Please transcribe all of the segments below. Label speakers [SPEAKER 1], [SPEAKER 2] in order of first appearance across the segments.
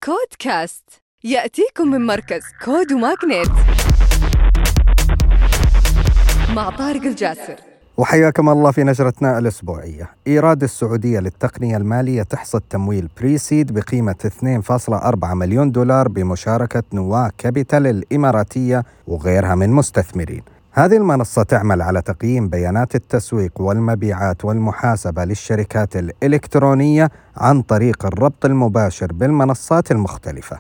[SPEAKER 1] كودكاست يأتيكم من مركز كود وماغنيت مع طارق الجاسر.
[SPEAKER 2] وحياكم الله في نشرتنا الأسبوعية. إيراد السعودية للتقنية المالية تحصد تمويل بريسيد بقيمة 2.4 مليون دولار بمشاركة نواة كابيتال الإماراتية وغيرها من مستثمرين. هذه المنصة تعمل على تقييم بيانات التسويق والمبيعات والمحاسبة للشركات الإلكترونية عن طريق الربط المباشر بالمنصات المختلفة.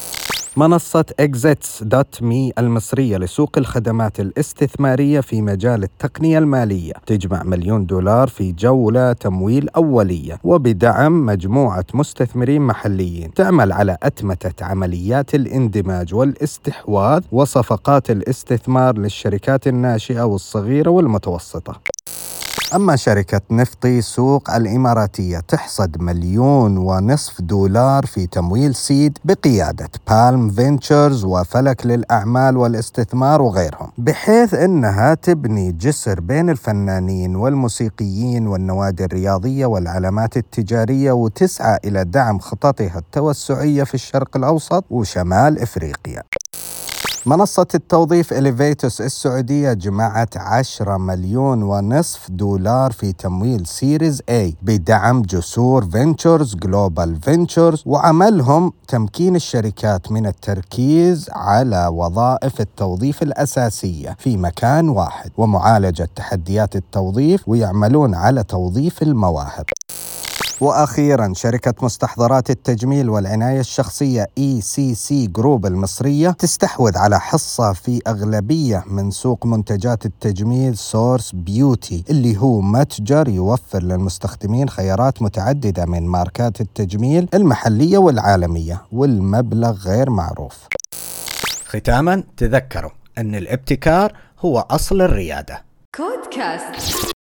[SPEAKER 2] منصة Exits.me المصرية لسوق الخدمات الاستثمارية في مجال التقنية المالية تجمع $1 مليون في جولة تمويل أولية وبدعم مجموعة مستثمرين محليين تعمل على أتمتة عمليات الاندماج والاستحواذ وصفقات الاستثمار للشركات الناشئة والصغيرة والمتوسطة. أما شركة نفطي سوق الإماراتية تحصد $1.5 مليون في تمويل سيد بقيادة بالم فينتشرز وفلك للأعمال والاستثمار وغيرهم، بحيث أنها تبني جسر بين الفنانين والموسيقيين والنوادي الرياضية والعلامات التجارية وتسعى إلى دعم خططها التوسعية في الشرق الأوسط وشمال إفريقيا. منصة التوظيف إليفيتوس السعودية جمعت $10.5 مليون في تمويل سيريز A بدعم جسور فينتشرز جلوبال فينتشرز، وعملهم تمكين الشركات من التركيز على وظائف التوظيف الأساسية في مكان واحد ومعالجة تحديات التوظيف، ويعملون على توظيف المواهب. وأخيراً شركة مستحضرات التجميل والعناية الشخصية ECC جروب المصرية تستحوذ على حصة في أغلبية من سوق منتجات التجميل سورس بيوتي، اللي هو متجر يوفر للمستخدمين خيارات متعددة من ماركات التجميل المحلية والعالمية، والمبلغ غير معروف.
[SPEAKER 3] ختاماً تذكروا أن الابتكار هو أصل الريادة.
[SPEAKER 1] كودكاست.